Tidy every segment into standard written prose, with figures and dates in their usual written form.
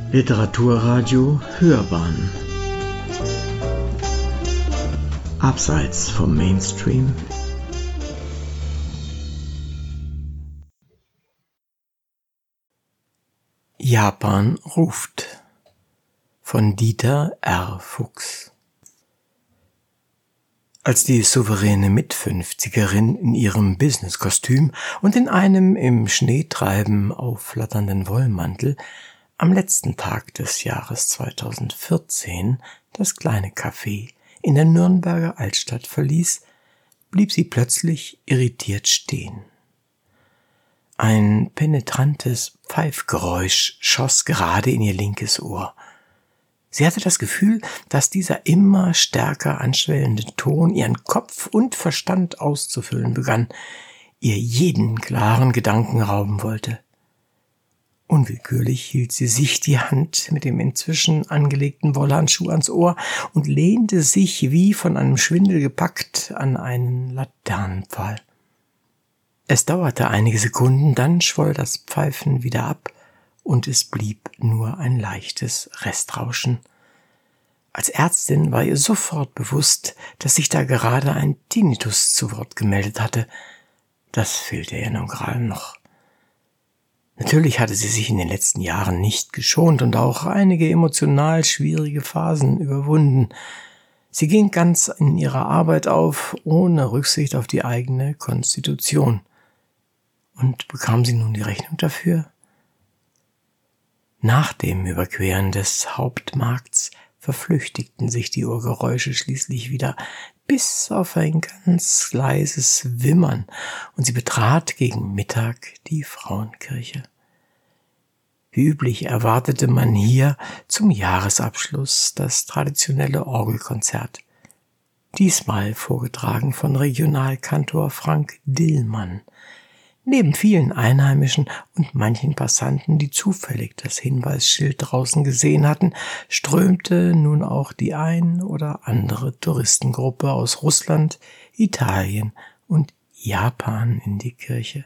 Literaturradio Hörbahn Abseits vom Mainstream. Japan ruft von Dieter R. Fuchs. Als die souveräne Mit-50erin in ihrem Businesskostüm und in einem im Schneetreiben aufflatternden Wollmantel am letzten Tag des Jahres 2014 das kleine Café in der Nürnberger Altstadt verließ, blieb sie plötzlich irritiert stehen. Ein penetrantes Pfeifgeräusch schoss gerade in ihr linkes Ohr. Sie hatte das Gefühl, dass dieser immer stärker anschwellende Ton ihren Kopf und Verstand auszufüllen begann, ihr jeden klaren Gedanken rauben wollte. Unwillkürlich hielt sie sich die Hand mit dem inzwischen angelegten Wollhandschuh ans Ohr und lehnte sich wie von einem Schwindel gepackt an einen Laternenpfahl. Es dauerte einige Sekunden, dann schwoll das Pfeifen wieder ab und es blieb nur ein leichtes Restrauschen. Als Ärztin war ihr sofort bewusst, dass sich da gerade ein Tinnitus zu Wort gemeldet hatte. Das fehlte ihr nun gerade noch. Natürlich hatte sie sich in den letzten Jahren nicht geschont und auch einige emotional schwierige Phasen überwunden. Sie ging ganz in ihrer Arbeit auf, ohne Rücksicht auf die eigene Konstitution. Und bekam sie nun die Rechnung dafür? Nach dem Überqueren des Hauptmarkts verflüchtigten sich die Uhrgeräusche schließlich wieder, bis auf ein ganz leises Wimmern, und sie betrat gegen Mittag die Frauenkirche. Wie üblich erwartete man hier zum Jahresabschluss das traditionelle Orgelkonzert. Diesmal vorgetragen von Regionalkantor Frank Dillmann. Neben vielen Einheimischen und manchen Passanten, die zufällig das Hinweisschild draußen gesehen hatten, strömte nun auch die ein oder andere Touristengruppe aus Russland, Italien und Japan in die Kirche.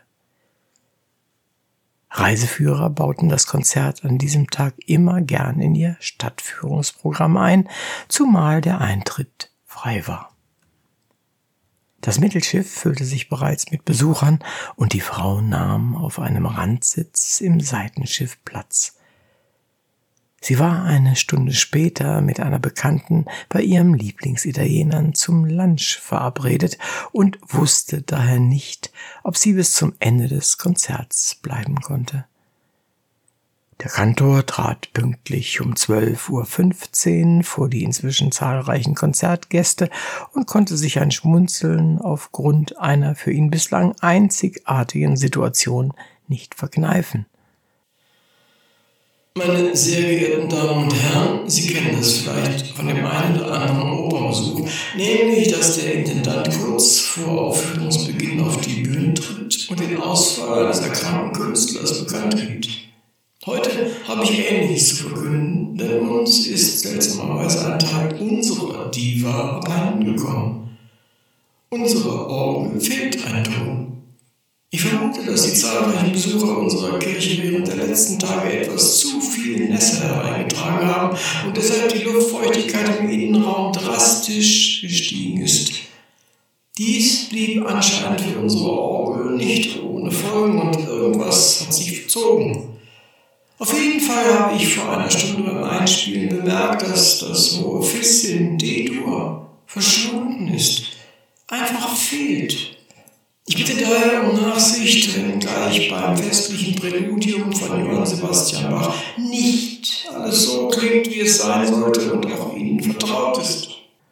Reiseführer bauten das Konzert an diesem Tag immer gern in ihr Stadtführungsprogramm ein, zumal der Eintritt frei war. Das Mittelschiff füllte sich bereits mit Besuchern und die Frau nahm auf einem Randsitz im Seitenschiff Platz. Sie war eine Stunde später mit einer Bekannten bei ihrem Lieblingsitalienern zum Lunch verabredet und wusste daher nicht, ob sie bis zum Ende des Konzerts bleiben konnte. Der Kantor trat pünktlich um 12:15 Uhr vor die inzwischen zahlreichen Konzertgäste und konnte sich ein Schmunzeln aufgrund einer für ihn bislang einzigartigen Situation nicht verkneifen. Meine sehr geehrten Damen und Herren, Sie kennen das vielleicht von dem einen oder anderen Opernbesuch, nämlich, dass der Intendant kurz vor Aufführungsbeginn auf die Bühne tritt und den Ausfall eines erkrankten Künstlers bekannt gibt. Heute habe ich Ähnliches zu verkünden, denn uns ist seltsamerweise ein Teil unserer Diva abhanden gekommen. Unserer Orgel fehlt ein Ton. Ich vermute, dass die zahlreichen Besucher unserer Kirche während der letzten Tage etwas zu viel Nässe hereingetragen haben und deshalb die Luftfeuchtigkeit im Innenraum drastisch gestiegen ist. Dies blieb anscheinend für unsere Orgel nicht ohne Folgen und irgendwas hat sich verzogen. Auf jeden Fall habe ich vor einer Stunde beim Einspielen bemerkt, dass das hohe Fis in D-Dur verschwunden ist. Einfach fehlt. Ich bitte daher um Nachsicht, wenn gleich beim festlichen Präludium von Johann Sebastian Bach nicht alles so klingt, wie es sein sollte und auch Ihnen vertraut ist.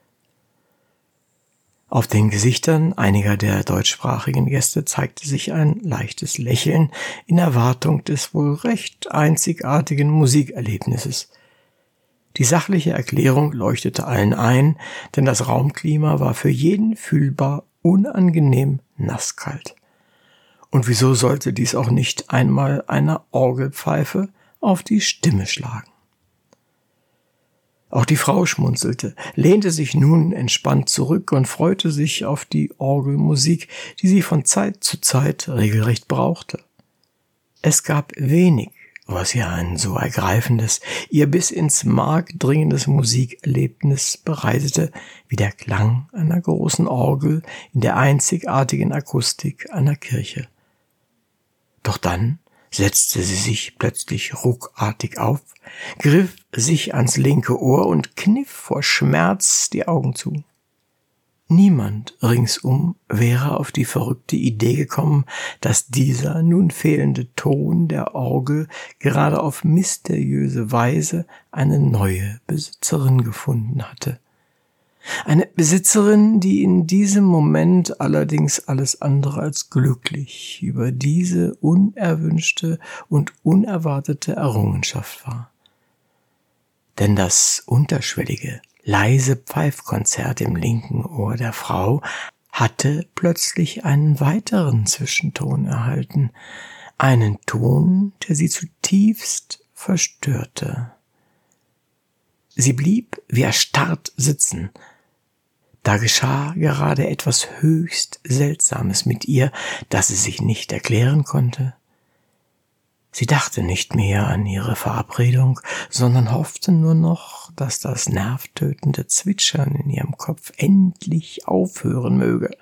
Auf den Gesichtern einiger der deutschsprachigen Gäste zeigte sich ein leichtes Lächeln in Erwartung des wohl recht einzigartigen Musikerlebnisses. Die sachliche Erklärung leuchtete allen ein, denn das Raumklima war für jeden fühlbar unangenehm nasskalt. Und wieso sollte dies auch nicht einmal einer Orgelpfeife auf die Stimme schlagen? Auch die Frau schmunzelte, lehnte sich nun entspannt zurück und freute sich auf die Orgelmusik, die sie von Zeit zu Zeit regelrecht brauchte. Es gab wenig, was ihr ein so ergreifendes, ihr bis ins Mark dringendes Musikerlebnis bereitete, wie der Klang einer großen Orgel in der einzigartigen Akustik einer Kirche. Doch dann setzte sie sich plötzlich ruckartig auf, griff sich ans linke Ohr und kniff vor Schmerz die Augen zu. Niemand ringsum wäre auf die verrückte Idee gekommen, dass dieser nun fehlende Ton der Orgel gerade auf mysteriöse Weise eine neue Besitzerin gefunden hatte. Eine Besitzerin, die in diesem Moment allerdings alles andere als glücklich über diese unerwünschte und unerwartete Errungenschaft war. Denn das unterschwellige, leise Pfeifkonzert im linken Ohr der Frau hatte plötzlich einen weiteren Zwischenton erhalten, einen Ton, der sie zutiefst verstörte. Sie blieb wie erstarrt sitzen. Da geschah gerade etwas höchst Seltsames mit ihr, das sie sich nicht erklären konnte. Sie dachte nicht mehr an ihre Verabredung, sondern hoffte nur noch, dass das nervtötende Zwitschern in ihrem Kopf endlich aufhören möge.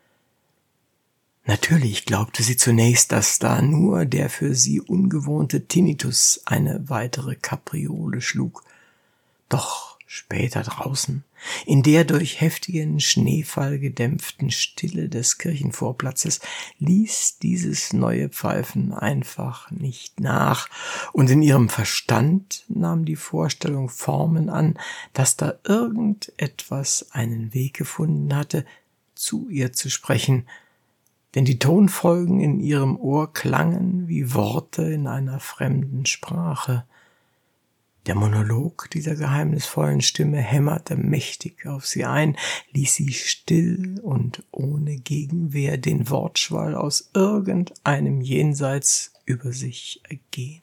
Natürlich glaubte sie zunächst, dass da nur der für sie ungewohnte Tinnitus eine weitere Kapriole schlug. Doch später draußen, in der durch heftigen Schneefall gedämpften Stille des Kirchenvorplatzes, ließ dieses neue Pfeifen einfach nicht nach, und in ihrem Verstand nahm die Vorstellung Formen an, dass da irgendetwas einen Weg gefunden hatte, zu ihr zu sprechen, denn die Tonfolgen in ihrem Ohr klangen wie Worte in einer fremden Sprache. Der Monolog dieser geheimnisvollen Stimme hämmerte mächtig auf sie ein, ließ sie still und ohne Gegenwehr den Wortschwall aus irgendeinem Jenseits über sich ergehen.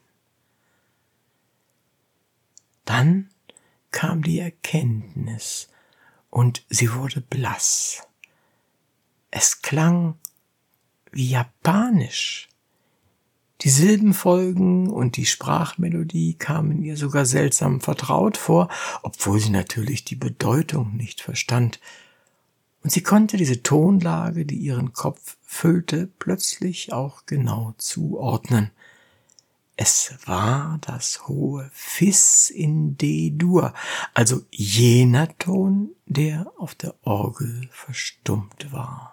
Dann kam die Erkenntnis, und sie wurde blass. Es klang wie Japanisch. Die Silbenfolgen und die Sprachmelodie kamen ihr sogar seltsam vertraut vor, obwohl sie natürlich die Bedeutung nicht verstand. Und sie konnte diese Tonlage, die ihren Kopf füllte, plötzlich auch genau zuordnen. Es war das hohe Fis in D-Dur, also jener Ton, der auf der Orgel verstummt war.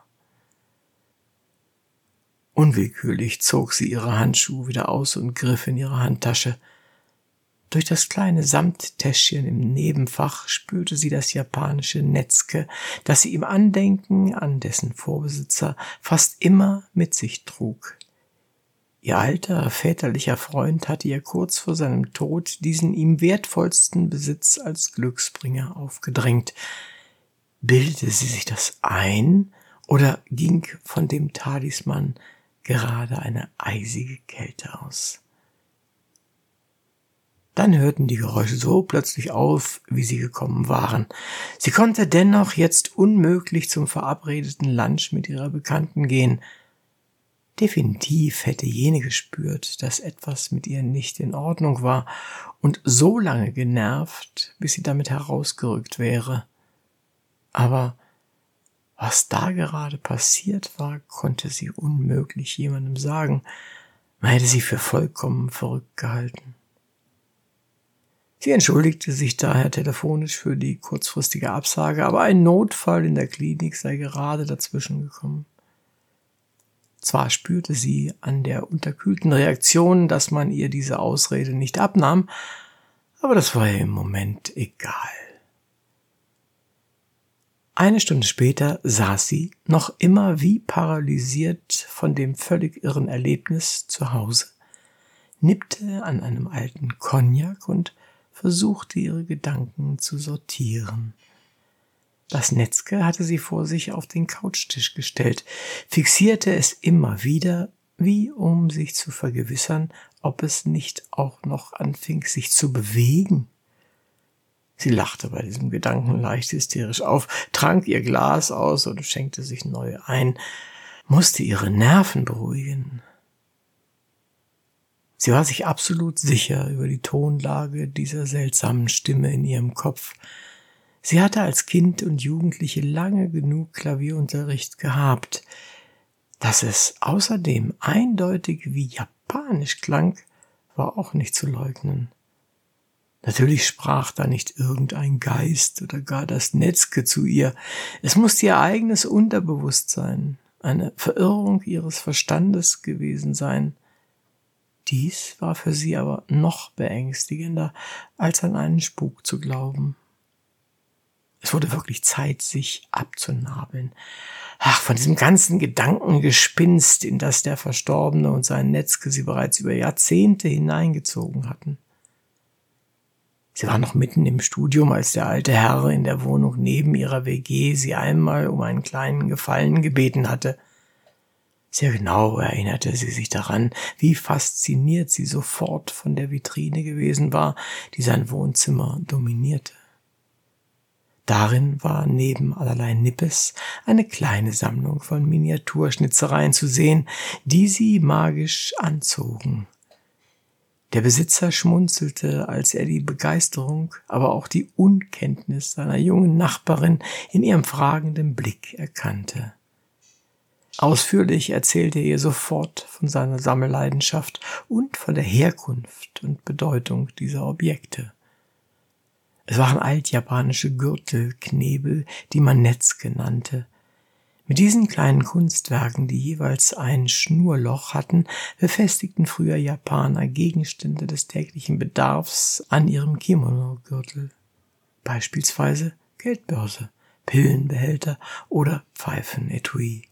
Unwillkürlich zog sie ihre Handschuhe wieder aus und griff in ihre Handtasche. Durch das kleine Samttäschchen im Nebenfach spürte sie das japanische Netzke, das sie im Andenken an dessen Vorbesitzer fast immer mit sich trug. Ihr alter väterlicher Freund hatte ihr kurz vor seinem Tod diesen ihm wertvollsten Besitz als Glücksbringer aufgedrängt. Bildete sie sich das ein oder ging von dem Talisman gerade eine eisige Kälte aus? Dann hörten die Geräusche so plötzlich auf, wie sie gekommen waren. Sie konnte dennoch jetzt unmöglich zum verabredeten Lunch mit ihrer Bekannten gehen. Definitiv hätte jene gespürt, dass etwas mit ihr nicht in Ordnung war und so lange genervt, bis sie damit herausgerückt wäre. Aber was da gerade passiert war, konnte sie unmöglich jemandem sagen. Man hätte sie für vollkommen verrückt gehalten. Sie entschuldigte sich daher telefonisch für die kurzfristige Absage, aber ein Notfall in der Klinik sei gerade dazwischen gekommen. Zwar spürte sie an der unterkühlten Reaktion, dass man ihr diese Ausrede nicht abnahm, aber das war ihr im Moment egal. Eine Stunde später saß sie, noch immer wie paralysiert von dem völlig irren Erlebnis, zu Hause, nippte an einem alten Cognac und versuchte ihre Gedanken zu sortieren. Das Netzke hatte sie vor sich auf den Couchtisch gestellt, fixierte es immer wieder, wie um sich zu vergewissern, ob es nicht auch noch anfing, sich zu bewegen. Sie lachte bei diesem Gedanken leicht hysterisch auf, trank ihr Glas aus und schenkte sich neu ein, musste ihre Nerven beruhigen. Sie war sich absolut sicher über die Tonlage dieser seltsamen Stimme in ihrem Kopf. Sie hatte als Kind und Jugendliche lange genug Klavierunterricht gehabt. Dass es außerdem eindeutig wie Japanisch klang, war auch nicht zu leugnen. Natürlich sprach da nicht irgendein Geist oder gar das Netzke zu ihr. Es musste ihr eigenes Unterbewusstsein, eine Verirrung ihres Verstandes gewesen sein. Dies war für sie aber noch beängstigender, als an einen Spuk zu glauben. Es wurde wirklich Zeit, sich abzunabeln. Von diesem ganzen Gedankengespinst, in das der Verstorbene und sein Netzke sie bereits über Jahrzehnte hineingezogen hatten. Sie war noch mitten im Studium, als der alte Herr in der Wohnung neben ihrer WG sie einmal um einen kleinen Gefallen gebeten hatte. Sehr genau erinnerte sie sich daran, wie fasziniert sie sofort von der Vitrine gewesen war, die sein Wohnzimmer dominierte. Darin war neben allerlei Nippes eine kleine Sammlung von Miniaturschnitzereien zu sehen, die sie magisch anzogen. Der Besitzer schmunzelte, als er die Begeisterung, aber auch die Unkenntnis seiner jungen Nachbarin in ihrem fragenden Blick erkannte. Ausführlich erzählte er ihr sofort von seiner Sammelleidenschaft und von der Herkunft und Bedeutung dieser Objekte. Es waren altjapanische Gürtelknebel, die man Netzke nannte. Mit diesen kleinen Kunstwerken, die jeweils ein Schnurloch hatten, befestigten früher Japaner Gegenstände des täglichen Bedarfs an ihrem Kimono-Gürtel. Beispielsweise Geldbörse, Pillenbehälter oder Pfeifenetui.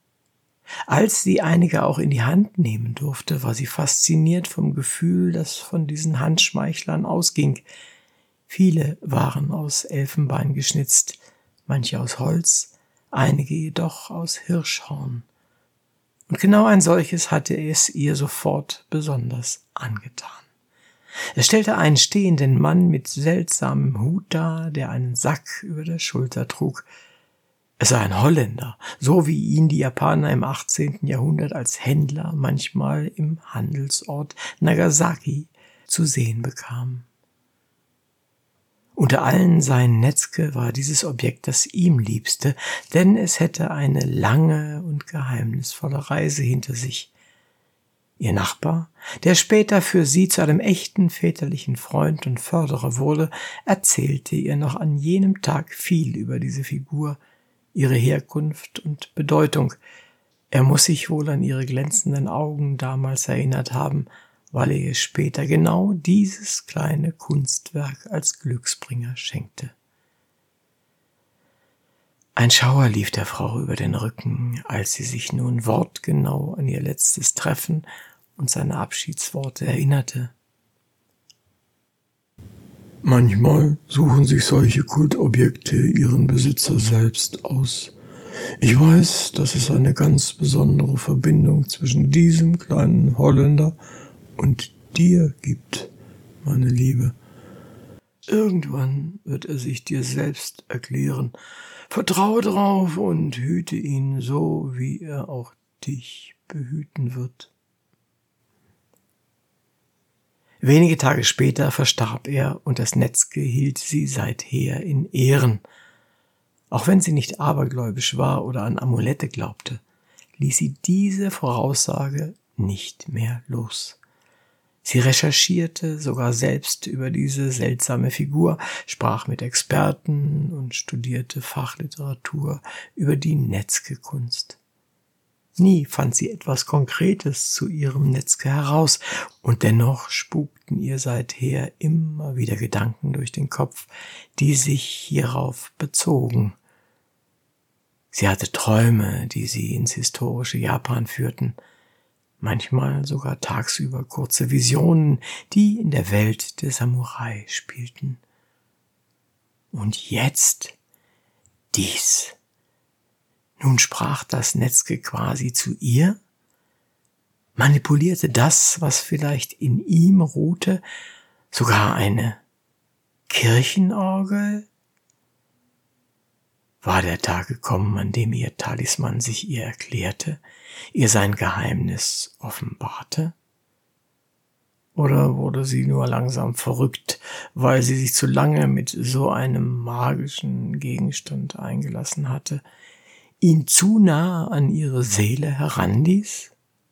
Als sie einige auch in die Hand nehmen durfte, war sie fasziniert vom Gefühl, das von diesen Handschmeichlern ausging. Viele waren aus Elfenbein geschnitzt, manche aus Holz, einige jedoch aus Hirschhorn. Und genau ein solches hatte es ihr sofort besonders angetan. Es stellte einen stehenden Mann mit seltsamem Hut dar, der einen Sack über der Schulter trug. Es war ein Holländer, so wie ihn die Japaner im 18. Jahrhundert als Händler manchmal im Handelsort Nagasaki zu sehen bekamen. Unter allen seinen Netzke war dieses Objekt das ihm liebste, denn es hätte eine lange und geheimnisvolle Reise hinter sich. Ihr Nachbar, der später für sie zu einem echten väterlichen Freund und Förderer wurde, erzählte ihr noch an jenem Tag viel über diese Figur, ihre Herkunft und Bedeutung. Er muss sich wohl an ihre glänzenden Augen damals erinnert haben, weil er ihr später genau dieses kleine Kunstwerk als Glücksbringer schenkte. Ein Schauer lief der Frau über den Rücken, als sie sich nun wortgenau an ihr letztes Treffen und seine Abschiedsworte erinnerte. Manchmal suchen sich solche Kultobjekte ihren Besitzer selbst aus. Ich weiß, dass es eine ganz besondere Verbindung zwischen diesem kleinen Holländer und dir gibt, meine Liebe. Irgendwann wird er sich dir selbst erklären. Vertraue drauf und hüte ihn so, wie er auch dich behüten wird. Wenige Tage später verstarb er und das Netzke hielt sie seither in Ehren. Auch wenn sie nicht abergläubisch war oder an Amulette glaubte, ließ sie diese Voraussage nicht mehr los. Sie recherchierte sogar selbst über diese seltsame Figur, sprach mit Experten und studierte Fachliteratur über die Netzke-Kunst. Nie fand sie etwas Konkretes zu ihrem Netzke heraus, und dennoch spukten ihr seither immer wieder Gedanken durch den Kopf, die sich hierauf bezogen. Sie hatte Träume, die sie ins historische Japan führten, manchmal sogar tagsüber kurze Visionen, die in der Welt der Samurai spielten. Und jetzt dies. Nun sprach das Netzke quasi zu ihr, manipulierte das, was vielleicht in ihm ruhte, sogar eine Kirchenorgel? War der Tag gekommen, an dem ihr Talisman sich ihr erklärte, ihr sein Geheimnis offenbarte? Oder wurde sie nur langsam verrückt, weil sie sich zu lange mit so einem magischen Gegenstand eingelassen hatte, ihn zu nah an ihre Seele heranließ?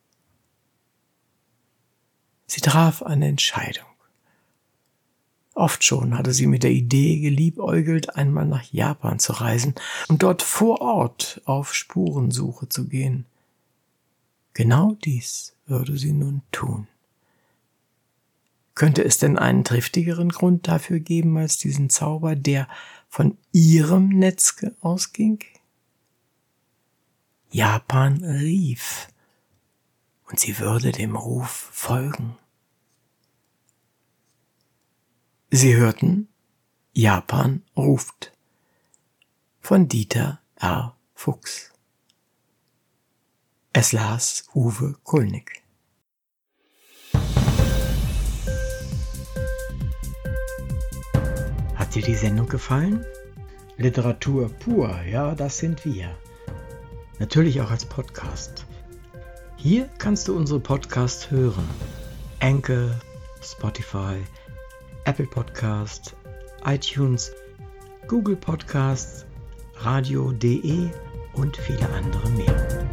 Sie traf eine Entscheidung. Oft schon hatte sie mit der Idee geliebäugelt, einmal nach Japan zu reisen und dort vor Ort auf Spurensuche zu gehen. Genau dies würde sie nun tun. Könnte es denn einen triftigeren Grund dafür geben als diesen Zauber, der von ihrem Netz ausging? Japan rief, und sie würde dem Ruf folgen. Sie hörten Japan ruft von Dieter R. Fuchs. Es las Uwe Kulnig. Hat dir die Sendung gefallen? Literatur pur, ja, das sind wir. Natürlich auch als Podcast. Hier kannst du unsere Podcasts hören. Anchor, Spotify, Apple Podcast, iTunes, Google Podcasts, radio.de und viele andere mehr.